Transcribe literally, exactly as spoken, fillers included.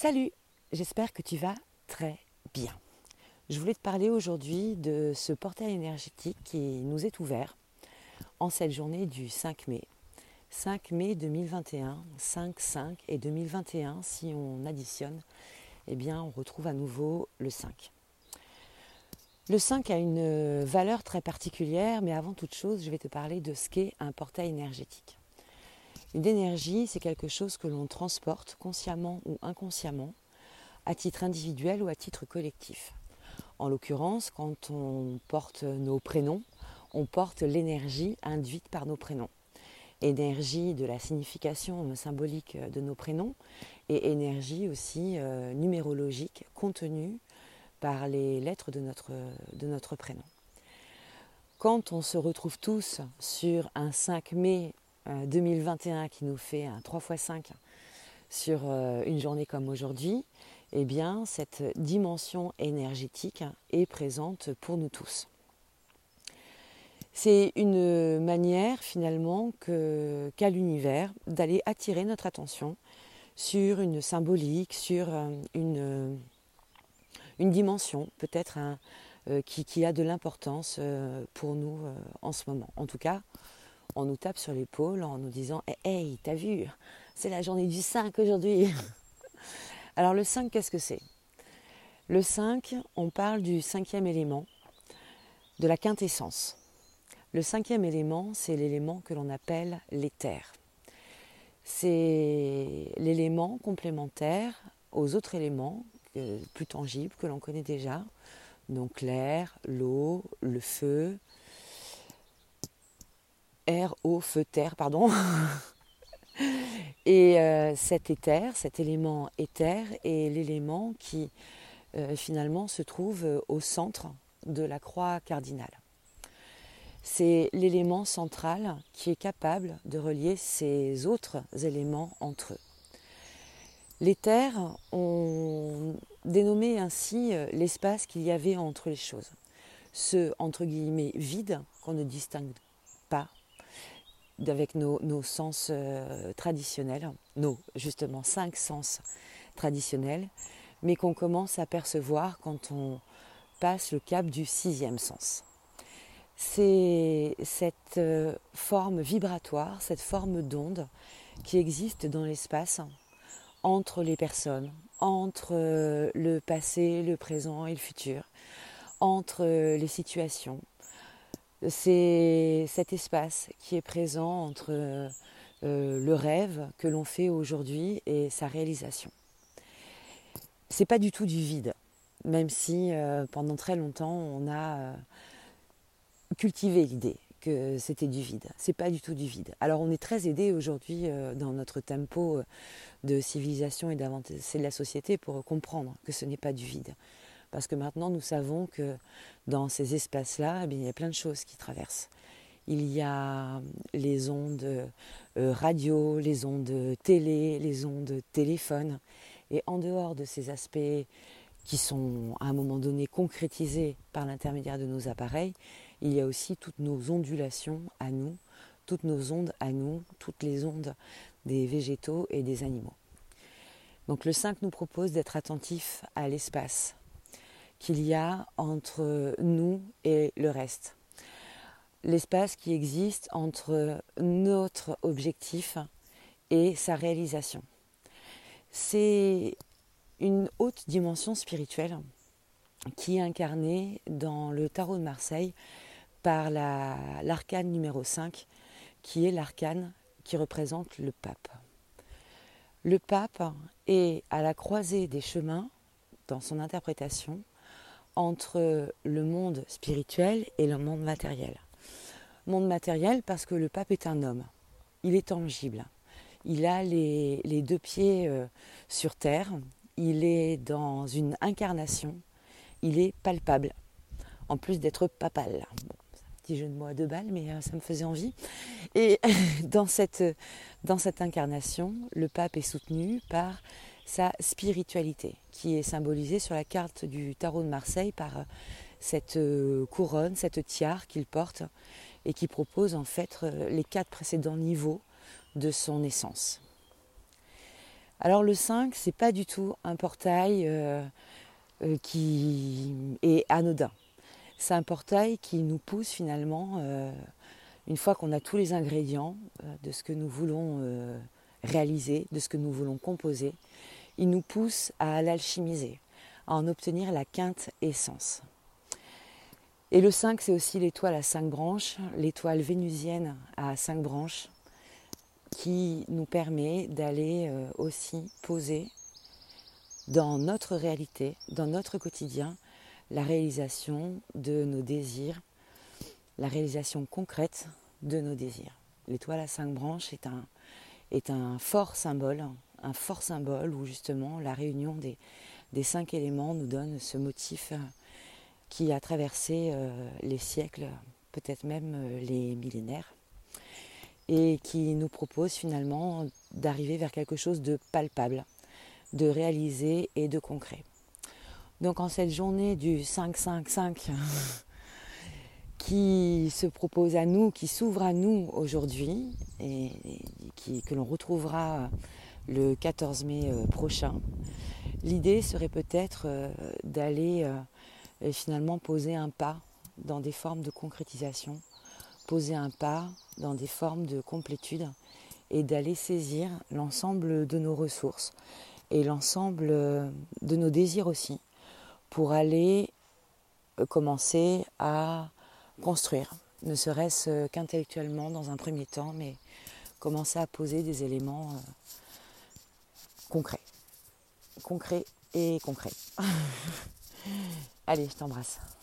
Salut, j'espère que tu vas très bien. Je voulais te parler aujourd'hui de ce portail énergétique qui nous est ouvert en cette journée du cinq mai. cinq mai deux mille vingt et un, cinq, cinq et deux mille vingt et un, si on additionne, eh bien on retrouve à nouveau le cinq. Le cinq a une valeur très particulière, mais avant toute chose, je vais te parler de ce qu'est un portail énergétique. Une énergie, c'est quelque chose que l'on transporte consciemment ou inconsciemment, à titre individuel ou à titre collectif. En l'occurrence, quand on porte nos prénoms, on porte l'énergie induite par nos prénoms. Énergie de la signification symbolique de nos prénoms et énergie aussi euh, numérologique contenue par les lettres de notre, de notre prénom. Quand on se retrouve tous sur un cinq mai deux mille vingt et un qui nous fait un trois fois cinq sur une journée comme aujourd'hui, eh bien, cette dimension énergétique est présente pour nous tous. C'est une manière finalement que, qu'a l'univers d'aller attirer notre attention sur une symbolique, sur une, une dimension peut-être hein, euh, qui, qui a de l'importance euh, pour nous euh, en ce moment. En tout cas, on nous tape sur l'épaule en nous disant hey, « Hey, t'as vu, c'est la journée du cinq aujourd'hui !» Alors le cinq, qu'est-ce que c'est ? Le cinq, on parle du cinquième élément, de la quintessence. Le cinquième élément, c'est l'élément que l'on appelle l'éther. C'est l'élément complémentaire aux autres éléments euh, plus tangibles que l'on connaît déjà, donc l'air, l'eau, le feu, air, eau, feu, terre, pardon. Et euh, cet éther, cet élément éther est l'élément qui euh, finalement se trouve euh, au centre de la croix cardinale. C'est l'élément central qui est capable de relier ces autres éléments entre eux. L'éther, on dénommait ainsi euh, l'espace qu'il y avait entre les choses. Ce, entre guillemets, vide qu'on ne distingue pas avec nos, nos sens euh, traditionnels, nos justement cinq sens traditionnels, mais qu'on commence à percevoir quand on passe le cap du sixième sens. C'est cette euh, forme vibratoire, cette forme d'onde qui existe dans l'espace entre les personnes, entre euh, le passé, le présent et le futur, entre euh, les situations. C'est cet espace qui est présent entre euh, le rêve que l'on fait aujourd'hui et sa réalisation. C'est pas du tout du vide, même si euh, pendant très longtemps on a euh, cultivé l'idée que c'était du vide. C'est pas du tout du vide. Alors on est très aidé aujourd'hui euh, dans notre tempo de civilisation et d'avancée de la société pour comprendre que ce n'est pas du vide. Parce que maintenant, nous savons que dans ces espaces-là, eh bien, il y a plein de choses qui traversent. Il y a les ondes euh, radio, les ondes télé, les ondes téléphone. Et en dehors de ces aspects qui sont à un moment donné concrétisés par l'intermédiaire de nos appareils, il y a aussi toutes nos ondulations à nous, toutes nos ondes à nous, toutes les ondes des végétaux et des animaux. Donc le cinq nous propose d'être attentifs à l'espace qu'il y a entre nous et le reste. L'espace qui existe entre notre objectif et sa réalisation. C'est une haute dimension spirituelle qui est incarnée dans le tarot de Marseille par la, l'arcane numéro cinq, qui est l'arcane qui représente le pape. Le pape est à la croisée des chemins, dans son interprétation, entre le monde spirituel et le monde matériel. Monde matériel parce que le pape est un homme, il est tangible, il a les, les deux pieds euh, sur terre, il est dans une incarnation, il est palpable, en plus d'être papal. Bon, petit jeu de mots à deux balles, mais euh, ça me faisait envie. Et dans cette, dans cette incarnation, le pape est soutenu par sa spiritualité, qui est symbolisée sur la carte du tarot de Marseille par cette couronne, cette tiare qu'il porte et qui propose en fait les quatre précédents niveaux de son essence. Alors le cinq, c'est pas du tout un portail euh, euh, qui est anodin. C'est un portail qui nous pousse finalement, euh, une fois qu'on a tous les ingrédients euh, de ce que nous voulons euh, réaliser, de ce que nous voulons composer, il nous pousse à l'alchimiser, à en obtenir la quinte essence. Et le cinq, c'est aussi l'étoile à cinq branches, l'étoile vénusienne à cinq branches, qui nous permet d'aller euh, aussi poser dans notre réalité, dans notre quotidien, la réalisation de nos désirs, la réalisation concrète de nos désirs. L'étoile à cinq branches est un, est un fort symbole, un fort symbole où justement la réunion des, des cinq éléments nous donne ce motif qui a traversé euh, les siècles, peut-être même euh, les millénaires, et qui nous propose finalement d'arriver vers quelque chose de palpable, de réalisé et de concret. Donc en cette journée du cinq cinq cinq qui se propose à nous, qui s'ouvre à nous aujourd'hui et, et qui, que l'on retrouvera le quatorze mai prochain, l'idée serait peut-être d'aller finalement poser un pas dans des formes de concrétisation, poser un pas dans des formes de complétude et d'aller saisir l'ensemble de nos ressources et l'ensemble de nos désirs aussi pour aller commencer à construire, ne serait-ce qu'intellectuellement dans un premier temps, mais commencer à poser des éléments euh, concrets, concrets et concrets. Allez, je t'embrasse.